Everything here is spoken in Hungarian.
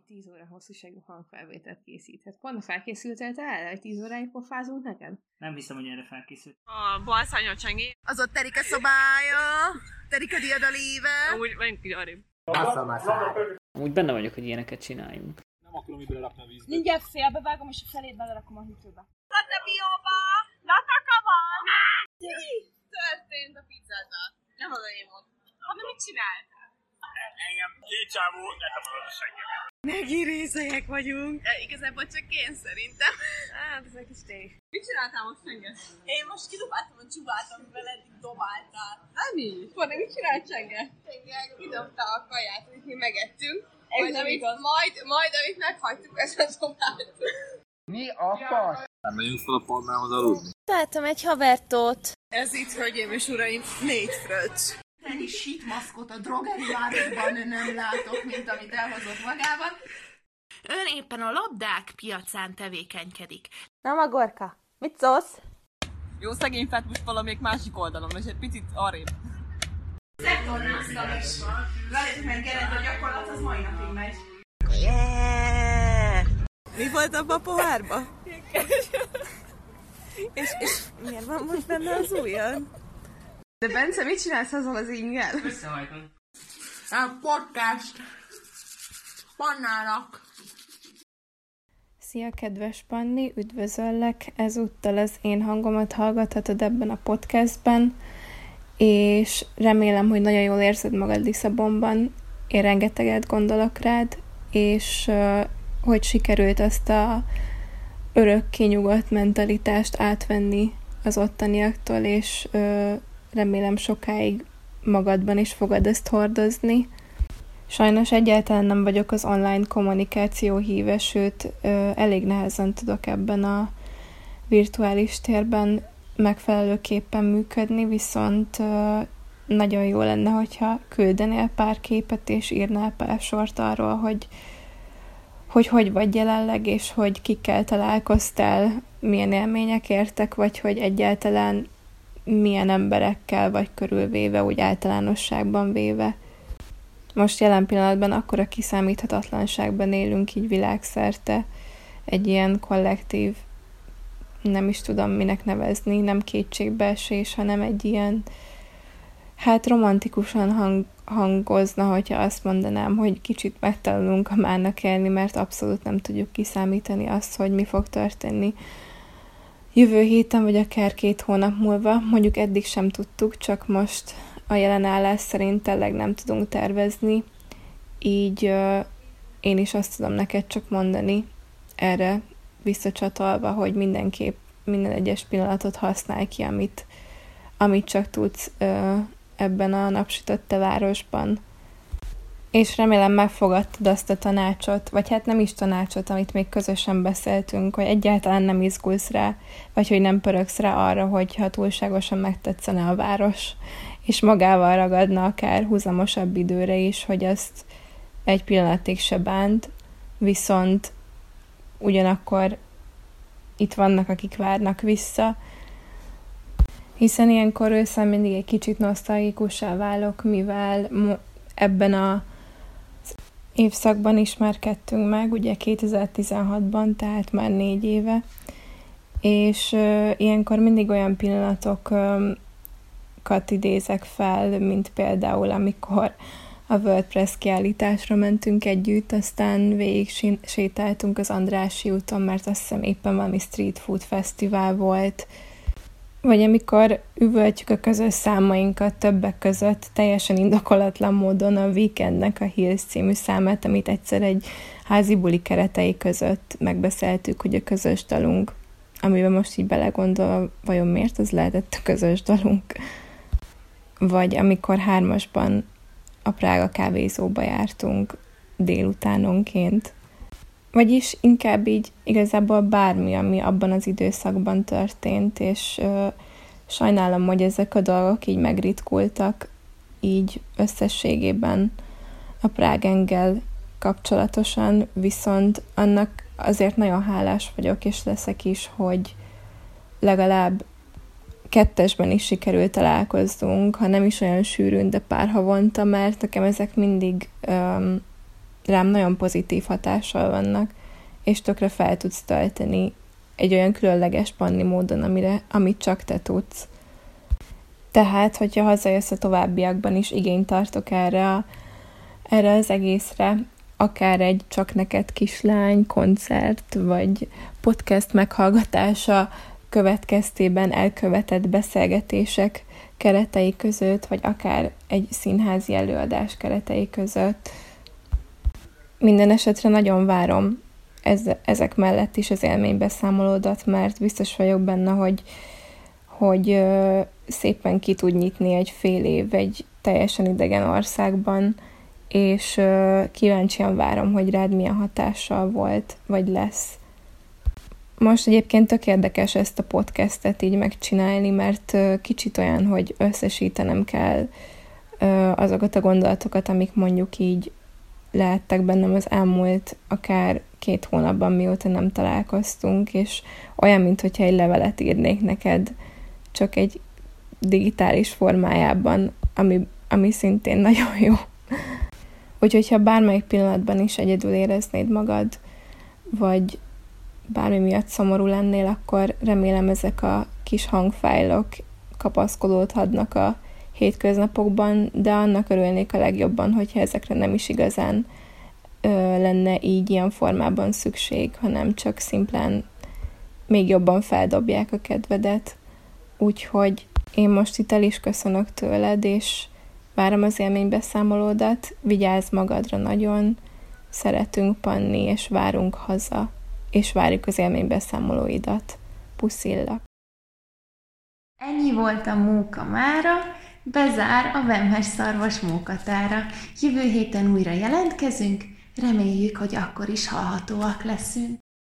10 óra hosszúságú hangfelvételt készíthet. Pont felkészültél te erre, hogy 10 óráig pofázunk neked? Nem hiszem, hogy erre felkészült. A balszányol csengi. Az ott Erika szobája, Erika diadaléve. Amúgy menjünk így arrébb. Úgy benne vagyok, hogy ilyeneket csináljunk. Nem akarom így belerakni a vízbe. Mindjárt félbevágom, és a felét belerakom a hűtőbe. Lata bióba! Lataka van! Történt a pizzával. Nem az én volt. Hanem mit csináltál? Engem két csávó letapadott a seggemet. Megint részegek vagyunk. Igazából csak én szerintem. Hát, ez egy kis tény. Mit csináltál most Csenge? Én most kidobáltam a csubát, amivel eddig dobáltál. Ami? Forni, mit csinált Csenge? Csenge kidobta a kaját, amit mi megettünk. Majd amit meghagytuk, ezt a dobát. Mi a fasz? Nem megyünk fel a palmához aludni. Találtam egy havertót. Ez itt, hölgyeim és uraim, 4 fröccs. Ennyi maszkot a drogerivárosban nem látok, mint amit elhozott magával. Ön éppen a labdák piacán tevékenykedik. Na, Magorka, mit szólsz? Jó, szegény fetmus valamelyik másik oldalon, és egy picit arrébb. Szektornáztam is. Veletek meg Gerend, a gyakorlat az mai napig megy. Yeah! Mi volt abban a pohárba? És miért van most benne az ujjad? De Bence, mit csinálsz azzal az ingel? Összehajtom. A podcast. Pannálak. Szia, kedves Panni, üdvözöllek! Ezúttal az én hangomat hallgathatod ebben a podcastben, és remélem, hogy nagyon jól érzed magad Lisszabonban. Én rengeteget gondolok rád, és hogy sikerült azt a örökké nyugodt mentalitást átvenni az ottaniaktól, és remélem sokáig magadban is fogod ezt hordozni. Sajnos egyáltalán nem vagyok az online kommunikáció híve, sőt, elég nehezen tudok ebben a virtuális térben megfelelőképpen működni, viszont nagyon jó lenne, hogyha küldenél pár képet, és írnál pár sort arról, hogy vagy jelenleg, és hogy kikkel találkoztál, milyen élmények értek, vagy hogy egyáltalán milyen emberekkel vagy körülvéve, úgy általánosságban véve. Most jelen pillanatban akkora kiszámíthatatlanságban élünk így világszerte, egy ilyen kollektív, nem is tudom minek nevezni, nem kétségbeesés, hanem egy ilyen, hát romantikusan hangozna, hogyha azt mondanám, hogy kicsit megtanulunk a márnak élni, mert abszolút nem tudjuk kiszámítani azt, hogy mi fog történni jövő héten, vagy akár 2 hónap múlva. Mondjuk eddig sem tudtuk, csak most a jelen állás szerint tényleg nem tudunk tervezni, így én is azt tudom neked csak mondani erre visszacsatolva, hogy mindenképp minden egyes pillanatot használj ki, amit csak tudsz ebben a napsütötte városban. És remélem megfogadtad azt a tanácsot, vagy hát nem is tanácsot, amit még közösen beszéltünk, hogy egyáltalán nem izgulsz rá, vagy hogy nem pörögsz rá arra, hogyha túlságosan megtetszene a város, és magával ragadna akár húzamosabb időre is, hogy azt egy pillanatig se bánt, viszont ugyanakkor itt vannak, akik várnak vissza, hiszen ilyenkor ősszel mindig egy kicsit nosztalgikussá válok, mivel ebben az évszakban ismerkedtünk meg, ugye 2016-ban, tehát már 4 éve, és ilyenkor mindig olyan pillanatokat idézek fel, mint például, amikor a WordPress kiállításra mentünk együtt, aztán végig sétáltunk az Andrássy úton, mert azt hiszem éppen valami street food fesztivál volt, vagy amikor üvöltjük a közös számainkat többek között teljesen indokolatlan módon a Weekendnek a Hills című számát, amit egyszer egy házi buli keretei között megbeszéltük, hogy a közös dalunk, amiben most így belegondolva, vajon miért az lehetett a közös dalunk? Vagy amikor 3-asban a Prága kávézóba jártunk délutánonként. Vagyis inkább így igazából bármi, ami abban az időszakban történt, és sajnálom, hogy ezek a dolgok így megritkultak, így összességében a Prágengel kapcsolatosan, viszont annak azért nagyon hálás vagyok, és leszek is, hogy legalább 2-esben is sikerült találkoznunk, ha nem is olyan sűrűn, de pár havonta, mert nekem ezek mindig rám nagyon pozitív hatással vannak, és tökre fel tudsz tölteni egy olyan különleges Panni módon, amit csak te tudsz. Tehát, hogyha hazajössz a továbbiakban is, igényt tartok erre az egészre, akár egy Csak neked kislány koncert, vagy podcast meghallgatása következtében elkövetett beszélgetések keretei között, vagy akár egy színházi előadás keretei között. Minden esetre nagyon várom ezek mellett is az élménybeszámolódat, mert biztos vagyok benne, hogy szépen ki tud nyitni egy fél év egy teljesen idegen országban, és kíváncsian várom, hogy rád milyen hatással volt, vagy lesz. Most egyébként tök érdekes ezt a podcastet így megcsinálni, mert kicsit olyan, hogy összesítenem kell azokat a gondolatokat, amik mondjuk így lehettek bennem az elmúlt akár 2 hónapban, mióta nem találkoztunk, és olyan, mintha egy levelet írnék neked, csak egy digitális formájában, ami szintén nagyon jó. Úgyhogy, ha bármelyik pillanatban is egyedül éreznéd magad, vagy bármi miatt szomorú lennél, akkor remélem ezek a kis hangfájlok kapaszkodódhatnak a hétköznapokban, de annak örülnék a legjobban, hogyha ezekre nem is igazán lenne így ilyen formában szükség, hanem csak szimplán még jobban feldobják a kedvedet. Úgyhogy én most itt el is köszönök tőled, és várom az élménybeszámolódat, vigyázz magadra nagyon, szeretünk, Panni, és várunk haza, és várjuk az élménybeszámolóidat. Puszillak! Ennyi volt a móka mára, bezár a Vemhes Szarvas mókatára. Jövő héten újra jelentkezünk, reméljük, hogy akkor is hallhatóak leszünk.